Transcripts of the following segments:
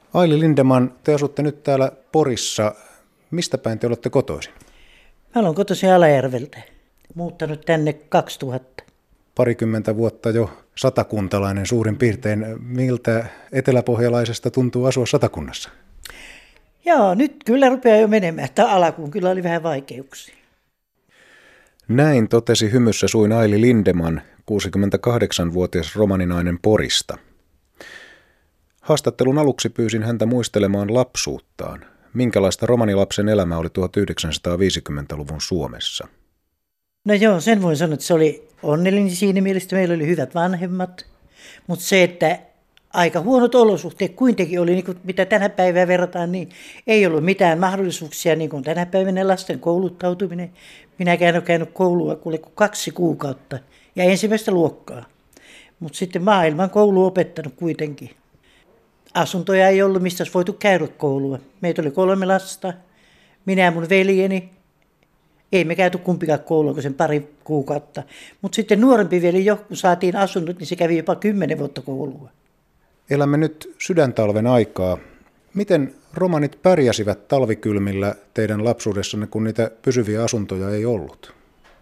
Aili Lindeman, te asutte nyt täällä Porissa. Mistä päin te olette kotoisin? Mä olen kotoisin Alajärveltä. Muuttanut tänne 2000. Parikymmentä vuotta jo satakuntalainen suurin piirtein. Miltä eteläpohjalaisesta tuntuu asua Satakunnassa? Joo, nyt kyllä rupeaa jo menemään. Tämä alkuun kyllä oli vähän vaikeuksia. Näin totesi hymyssä suin Aili Lindeman, 68-vuotias romaninainen Porista. Haastattelun aluksi pyysin häntä muistelemaan lapsuuttaan. Minkälaista romanilapsen elämä oli 1950-luvun Suomessa? No joo, sen voin sanoa, että se oli onnellinen siinä mielessä, että meillä oli hyvät vanhemmat. Mutta se, että aika huonot olosuhteet kuitenkin oli, niin kuin mitä tänä päivänä verrataan, niin ei ollut mitään mahdollisuuksia, niin kuin tänä päivänä lasten kouluttautuminen. Minäkään olen käynyt koulua kuin 2 kuukautta ja ensimmäistä luokkaa. Mutta sitten maailman koulu opettanut kuitenkin. Asuntoja ei ollut, mistä olisi voitu käydä koulua. Meitä oli 3 lasta, minä ja mun veljeni. Ei me käyty kumpikaan koulua kuin sen 2 kuukautta. Mutta sitten nuorempi veli jo, kun saatiin asunnot, niin se kävi jopa 10 vuotta koulua. Elämme nyt sydäntalven aikaa. Miten romanit pärjäsivät talvikylmillä teidän lapsuudessanne, kun niitä pysyviä asuntoja ei ollut?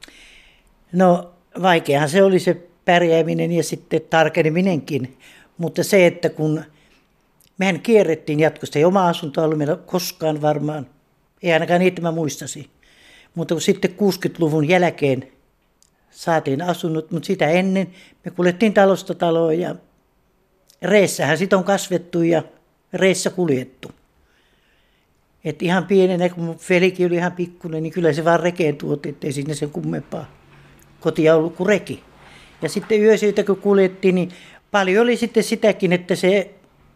No vaikeahan se oli se pärjääminen ja sitten tarkeneminenkin. Mutta se, että kun mehän kierrettiin jatkosta, ei oma asunto ollut meillä koskaan varmaan, ei ainakaan niitä mä muistasi. Mutta kun sitten 60-luvun jälkeen saatiin asunnot, mutta sitä ennen me kuljettiin talosta taloon ja reissähän sit on kasvettu ja reissä kuljettu. Et ihan pienenä, kun mun velikin oli ihan pikkuinen, niin kyllä se vaan rekeen tuotiin, ettei siinä sen kummempaa kotia ollut kuin reki. Ja sitten yösyitä kun kuljettiin, niin paljon oli sitten sitäkin, että se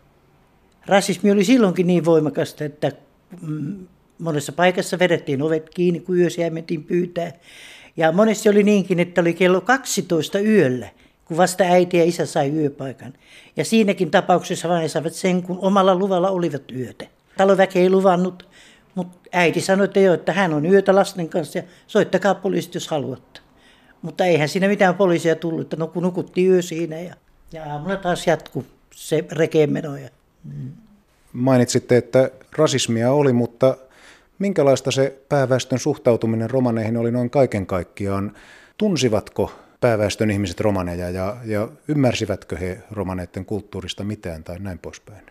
rasismi oli silloinkin niin voimakasta, että monessa paikassa vedettiin ovet kiinni, kun yösiä mentiin pyytää. Ja monesti oli niinkin, että oli kello 12 yöllä, kun vasta äiti ja isä sai yöpaikan. Ja siinäkin tapauksessa vain saivat sen, kun omalla luvalla olivat yötä. Taloväki ei luvannut, mutta äiti sanoi, että joo, että hän on yötä lasten kanssa ja soittakaa poliisit, jos haluatte. Mutta eihän siinä mitään poliisia tullut, että no kun nukuttiin yö siinä ja aamulla taas jatkui se rekeenmeno. Mainitsitte, että rasismia oli, mutta minkälaista se pääväestön suhtautuminen romaneihin oli noin kaiken kaikkiaan? Tunsivatko pääväestön ihmiset romaneja ja ymmärsivätkö he romaneiden kulttuurista mitään tai näin poispäin?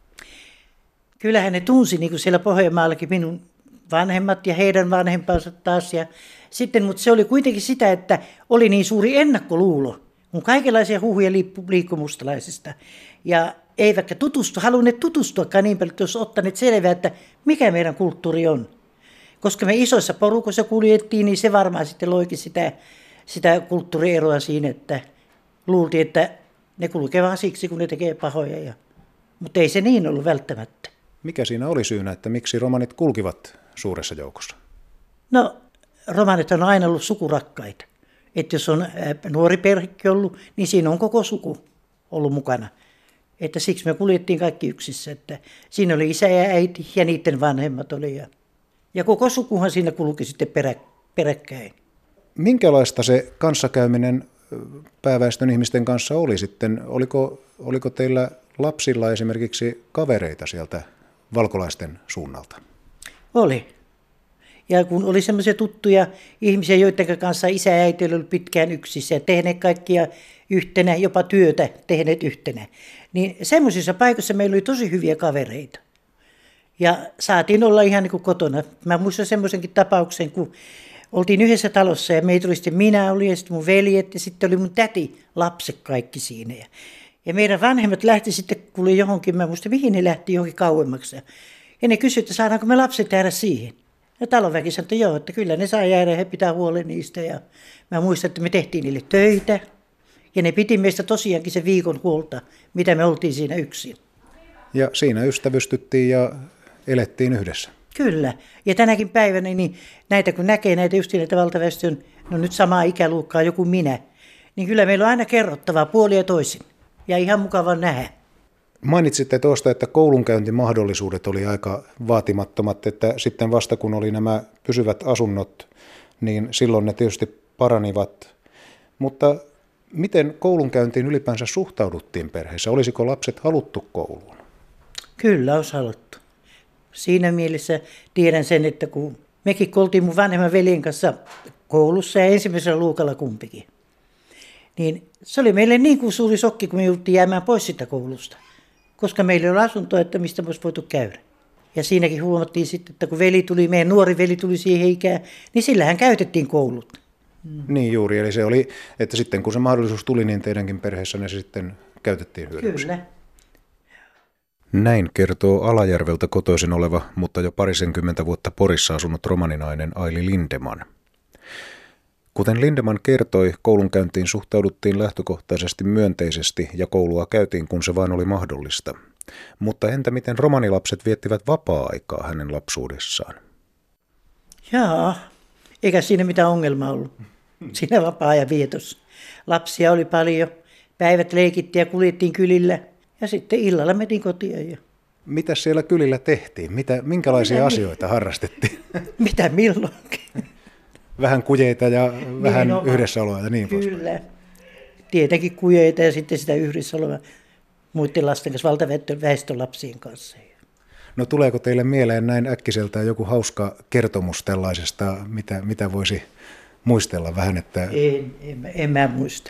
Kyllähän ne tunsi, niin kuin siellä Pohjanmaallakin minun vanhemmat ja heidän vanhempansa taas. Ja sitten, mutta se oli kuitenkin sitä, että oli niin suuri ennakkoluulo, kun kaikenlaisia huhuja liikkui mustalaisista. Ja eivätkä halunneet tutustuakaan niin paljon, että olisi ottaneet selvää, että mikä meidän kulttuuri on. Koska me isoissa porukoissa kuljettiin, niin se varmaan sitten loikin sitä kulttuurieroa siinä, että luultiin, että ne kulkee vaan siksi, kun ne tekee pahoja. Mutta ei se niin ollut välttämättä. Mikä siinä oli syynä, että miksi romanit kulkivat suuressa joukossa? No, romanit on aina ollut sukurakkaita. Että jos on nuori perhekin ollut, niin siinä on koko suku ollut mukana. Että siksi me kuljettiin kaikki yksissä. Että siinä oli isä ja äiti ja niiden vanhemmat oli. Ja koko sukuhan siinä kulki sitten peräkkäin. Minkälaista se kanssakäyminen pääväestön ihmisten kanssa oli sitten? Oliko teillä lapsilla esimerkiksi kavereita sieltä valkolaisten suunnalta? Oli. Ja kun oli semmoisia tuttuja ihmisiä, joiden kanssa isä ja äiti oli pitkään yksissä ja tehneet kaikkia yhtenä, jopa työtä tehneet yhtenä, niin semmoisissa paikoissa meillä oli tosi hyviä kavereita. Ja saatiin olla ihan niin kuin kotona. Mä muistan semmoisenkin tapauksen, kun oltiin yhdessä talossa ja meitä oli sitten minä oli ja sitten mun veljet ja sitten oli mun täti, lapset kaikki siinä. Ja meidän vanhemmat lähti sitten, kun oli johonkin, mä muistan mihin ne lähti johonkin kauemmaksi. Ja ne kysyivät, että saadaanko me lapset jäädä siihen. Ja talonväki sanoi, että joo, että kyllä ne saa jäädä ja he pitää huolen niistä. Ja mä muistan, että me tehtiin niille töitä. Ja ne piti meistä tosiaankin se viikon huolta, mitä me oltiin siinä yksin. Ja siinä ystävystyttiin ja elettiin yhdessä. Kyllä. Ja tänäkin päivänä, niin näitä kun näkee näitä just näitä valtaväestön, no nyt samaa ikäluokkaa joku minä, niin kyllä meillä on aina kerrottavaa puolia ja toisin. Ja ihan mukava nähdä. Mainitsitte tuosta, että koulunkäyntimahdollisuudet oli aika vaatimattomat, että sitten vasta kun oli nämä pysyvät asunnot, niin silloin ne tietysti paranivat. Mutta miten koulunkäyntiin ylipäänsä suhtauduttiin perheessä? Olisiko lapset haluttu kouluun? Kyllä on haluttu. Siinä mielessä tiedän sen, että kun mekin oltiin mun vanhemman veljen kanssa koulussa ja ensimmäisellä luokalla kumpikin, niin se oli meille niin kuin suuri shokki, kun me jouduttiin jäämään pois sitä koulusta, koska meillä ei ole asuntoa, että mistä me olisi voitu käydä. Ja siinäkin huomattiin sitten, että kun meidän nuori veli tuli siihen ikään, niin sillähän käytettiin koulut. Niin juuri, eli se oli, että sitten kun se mahdollisuus tuli, niin teidänkin perheessänne se sitten käytettiin hyödyksi. Kyllä. Näin kertoo Alajärveltä kotoisin oleva, mutta jo parisenkymmentä vuotta Porissa asunut romaninainen Aili Lindeman. Kuten Lindeman kertoi, koulunkäyntiin suhtauduttiin lähtökohtaisesti myönteisesti ja koulua käytiin, kun se vain oli mahdollista. Mutta entä miten romanilapset viettivät vapaa-aikaa hänen lapsuudessaan? Jaa, eikä siinä mitään ongelmaa ollut. Siinä vapaa-ajan vietossa. Lapsia oli paljon, päivät leikittiin ja kuljettiin kylillä ja sitten illalla menin kotiin. Mitä siellä kylillä tehtiin? Minkälaisia asioita harrastettiin? Mitä milloinkin? Vähän kujeita ja vähän yhdessäoloa ja niin pois. Kyllä. Tietenkin kujeita ja sitten sitä yhdessäoloa muiden lasten kanssa, valtaväestön lapsien kanssa. No tuleeko teille mieleen näin äkkiseltään joku hauska kertomus tällaisesta, mitä voisi muistella vähän? Että En mä muista.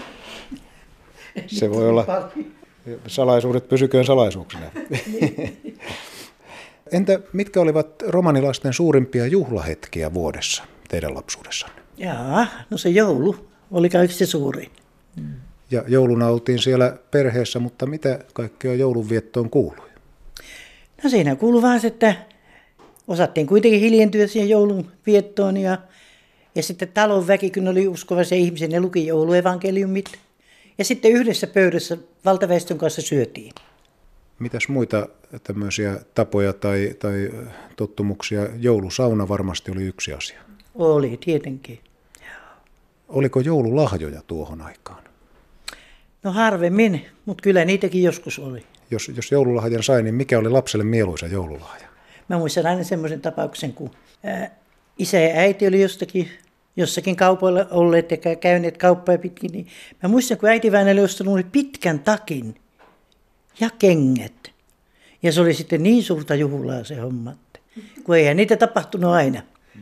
Se voi olla, salaisuudet pysyköön salaisuuksina. Entä mitkä olivat romanilasten suurimpia juhlahetkiä vuodessa teidän lapsuudessanne? Jaa, no se joulu oli kaikista se suurin. Ja jouluna oltiin siellä perheessä, mutta mitä kaikkea joulunviettoon kuului? No siinä kuului vaan se, että osattiin kuitenkin hiljentyä siihen joulunviettoon ja sitten talon väki, kun oli uskovaisia ihmisiä, ne luki jouluevankeliumit. Ja sitten yhdessä pöydässä valtaväestön kanssa syötiin. Mitäs muita tämmöisiä tapoja tai tottumuksia? Joulusauna varmasti oli yksi asia. Oli, tietenkin. Oliko joululahjoja tuohon aikaan? No harvemmin, mutta kyllä niitäkin joskus oli. Jos joululahjan sai, niin mikä oli lapselle mieluisa joululahja? Mä muistan aina semmoisen tapauksen, kun isä ja äiti oli jossakin kaupoilla olleet ja käyneet kauppoja pitkin. Niin mä muistan, kun äitiväinen oli ostanut pitkän takin ja kengät. Ja se oli sitten niin suurta juhlaa se homma, kun eihän niitä tapahtunut aina.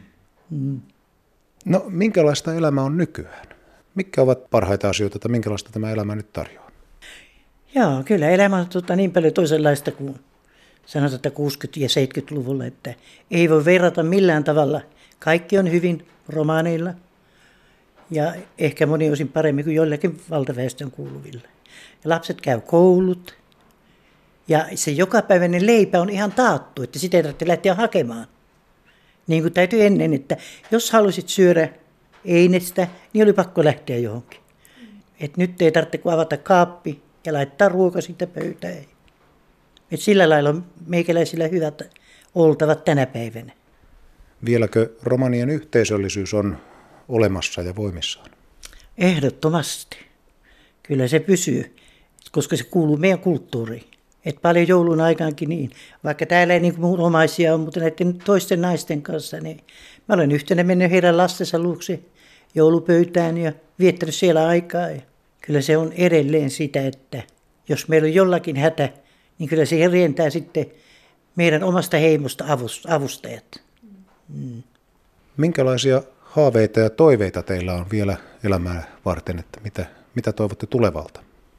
No minkälaista elämä on nykyään? Mitkä ovat parhaita asioita, että minkälaista tämä elämä nyt tarjoaa? Joo, kyllä elämä on niin paljon toisenlaista kuin sanotaan, että 60- ja 70-luvulla, että ei voi verrata millään tavalla. Kaikki on hyvin romaaneilla ja ehkä moni osin paremmin kuin joillakin valtaväestön kuuluvilla. Ja lapset käy koulut ja se jokapäiväinen leipä on ihan taattu, että sitä ei tarvitse lähteä hakemaan. Niin kuin täytyy ennen, että jos halusit syödä einestä, niin oli pakko lähteä johonkin. Et nyt ei tarvitse kuin avata kaappi ja laittaa ruoka siitä pöytään. Et sillä lailla on meikäläisillä hyvät oltavat tänä päivänä. Vieläkö romanien yhteisöllisyys on olemassa ja voimissaan? Ehdottomasti. Kyllä se pysyy, koska se kuuluu meidän kulttuuriin. Et paljon joulun aikaankin niin. Vaikka täällä ei niin kuin omaisia on, mutta näiden toisten naisten kanssa, niin mä olen yhtenä mennyt heidän lastensa luokse joulupöytään ja viettänyt siellä aikaa. Ja kyllä se on edelleen sitä, että jos meillä on jollakin hätä, niin kyllä se rientää sitten meidän omasta heimosta avustajat. Minkälaisia haaveita ja toiveita teillä on vielä elämää varten, että mitä toivotte tulevalta?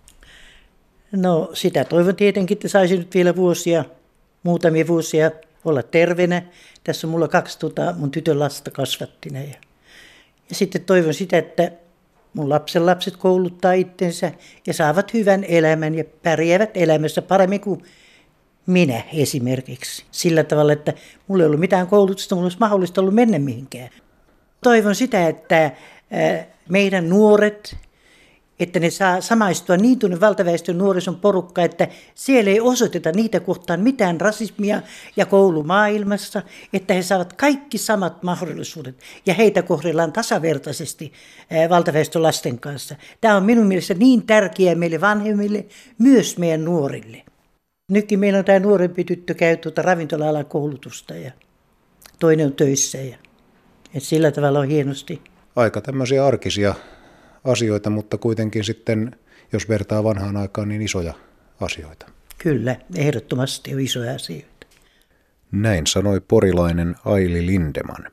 No sitä toivon tietenkin, että saisin nyt vielä muutamia vuosia olla terveenä. Tässä on mulla 2 mun tytön lasta kasvattina. Ja sitten toivon sitä, että mun lapsenlapset kouluttaa itsensä ja saavat hyvän elämän ja pärjäävät elämässä paremmin kuin minä esimerkiksi. Sillä tavalla, että mulla ei ollut mitään koulutusta, mulla olisi mahdollista ollut mennä mihinkään. Toivon sitä, että meidän nuoret, että ne saa samaistua niin tuonne valtaväestön nuorison porukka, että siellä ei osoiteta niitä kohtaan mitään rasismia ja koulumaailmassa, että he saavat kaikki samat mahdollisuudet ja heitä kohdellaan tasavertaisesti valtaväestön lasten kanssa. Tämä on minun mielestä niin tärkeää meille vanhemmille, myös meidän nuorille. Nytkin meillä on tämä nuorempi tyttö käy ravintola-alan koulutusta ja toinen on töissä ja sillä tavalla on hienosti. Aika tämmöisiä arkisia asioita, mutta kuitenkin sitten, jos vertaa vanhaan aikaan, niin isoja asioita. Kyllä, ehdottomasti on isoja asioita. Näin sanoi porilainen Aili Lindeman.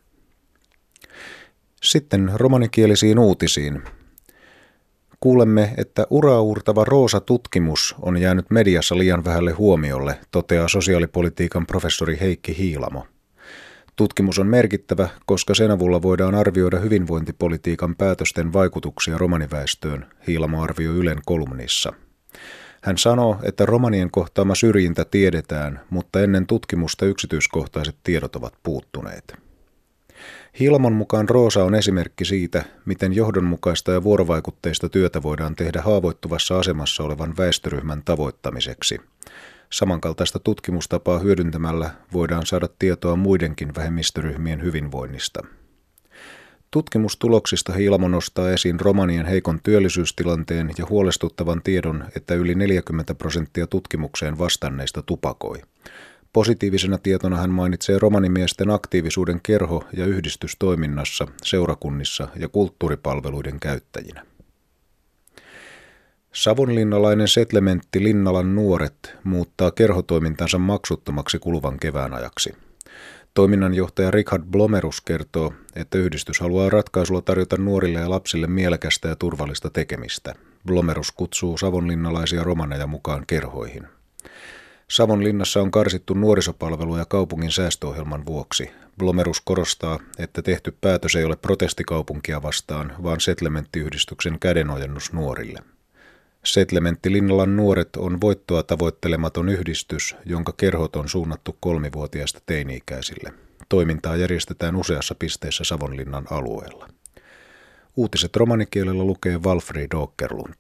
Sitten romanikielisiin uutisiin. Kuulemme, että uraauurtava Roosa-tutkimus on jäänyt mediassa liian vähälle huomiolle, toteaa sosiaalipolitiikan professori Heikki Hiilamo. Tutkimus on merkittävä, koska sen avulla voidaan arvioida hyvinvointipolitiikan päätösten vaikutuksia romaniväestöön, Hiilamo arvioi Ylen kolumnissa. Hän sanoo, että romanien kohtaama syrjintä tiedetään, mutta ennen tutkimusta yksityiskohtaiset tiedot ovat puuttuneet. Hiilamon mukaan Roosa on esimerkki siitä, miten johdonmukaista ja vuorovaikutteista työtä voidaan tehdä haavoittuvassa asemassa olevan väestöryhmän tavoittamiseksi. Samankaltaista tutkimustapaa hyödyntämällä voidaan saada tietoa muidenkin vähemmistöryhmien hyvinvoinnista. Tutkimustuloksista Hiilamo nostaa esiin romanien heikon työllisyystilanteen ja huolestuttavan tiedon, että yli 40% tutkimukseen vastanneista tupakoi. Positiivisena tietona hän mainitsee romanimiesten aktiivisuuden kerho- ja yhdistystoiminnassa, seurakunnissa ja kulttuuripalveluiden käyttäjinä. Savonlinnalainen setlementti Linnalan nuoret muuttaa kerhotoimintansa maksuttomaksi kuluvan kevään ajaksi. Toiminnanjohtaja Richard Blomerus kertoo, että yhdistys haluaa ratkaisulla tarjota nuorille ja lapsille mielekästä ja turvallista tekemistä. Blomerus kutsuu savonlinnalaisia romaneja mukaan kerhoihin. Savonlinnassa on karsittu nuorisopalveluja kaupungin säästöohjelman vuoksi. Blomerus korostaa, että tehty päätös ei ole protestikaupunkia vastaan, vaan setlementtiyhdistyksen kädenojennus nuorille. Setlementti Linnalan nuoret on voittoa tavoittelematon yhdistys, jonka kerhot on suunnattu 3-vuotiaista teini-ikäisille. Toimintaa järjestetään useassa pisteessä Savonlinnan alueella. Uutiset romanikielellä lukee Walfrid Åkerlund.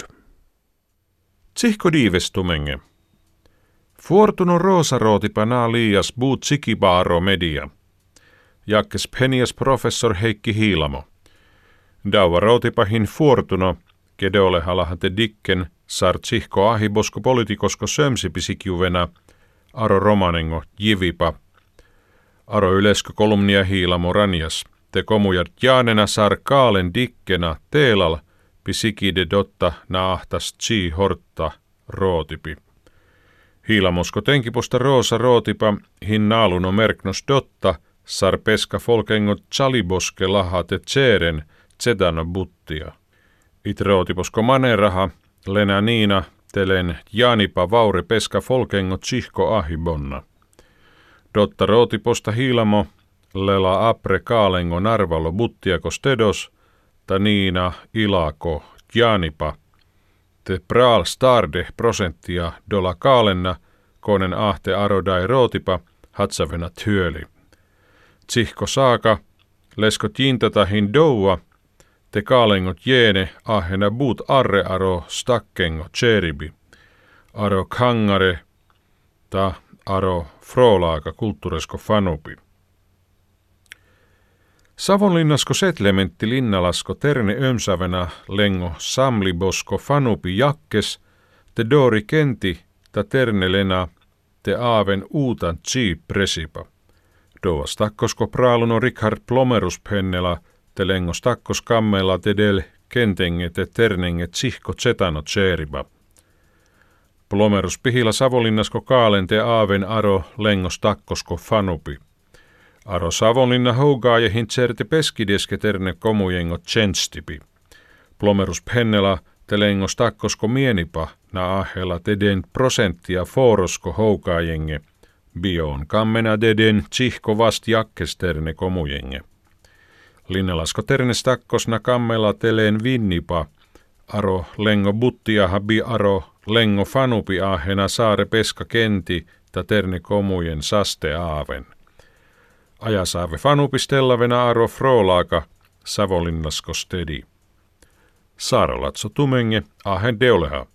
Tsihko diivestumenge. Fortuno Roosa-rootipa naa liias buut sikibaaro media. Jakkes penias professor Heikki Hiilamo. Dauva rootipahin Fortuno, kedeole halahate dikken, sar tsihko ahibosko politikosko sömsipisikjuvena, aro romanengo jivipa. Aro ylesko kolumnia Hiilamo ranjas, te komujat jaanena sar kaalen dikkena teelal, pisikide dotta naahtas tsi hortta rootipi. Hiilamosko tenkiposta Roosa rootipa hinnaaluno merknos dotta, sar peska folkengo tsaliboske lahate tseren tsedano buttia. It rootiposko maneraha, lena niina, telen jaanipa vauri peska folkengo tsihko ahibonna. Dotta rootiposta Hiilamo, lela apre kaalengo narvalo buttiakos tedos, ta niina ilako jaanipa, te praal starde prosenttia dola kaalenna, konen ahte arodai rootipa, hatsavena työli. Tsihko saaka, leskot jintatahin doua, te kaalengot jeene ahena buut arre aro stakkengo tseribi, aro kangare, ta aro frolaaka kulttuuresko fanupi. Savonlinnasko setlementti linnalasko terne ömsavena lengo samlibosko fanupi jakkes, te dori kenti ta ternelena te aaven uutan tsi presipa. Doas takkosko praaluno Richard Blomerus pennela te lengo stakkos kammella te del kentenge te ternenge tsihko tsetano tseriba. Blomerus pihila Savonlinnasko kaalen te aaven aro lengo stakkosko fanupi. Aro Savonlinna hougaajehin tserte peskideske terne komujengo tsenstipi. Blomerus pennela te lengo stakkosko mienipa na ahela teden prosenttia forosko hougaajenge. Bioon kammena deden tsihko vast jakkes terne komujenge. Linnalasko terne stakkosna kammela teleen vinnipa. Aro lengo buttiaha bi aro lengo fanupi ahena saare peska kenti ta terne komujen saste aaven. Ajasaave fanupistellavena aro frolaaka Savonlinnasko stedi. Saaralatso tumenge ahen deoleha.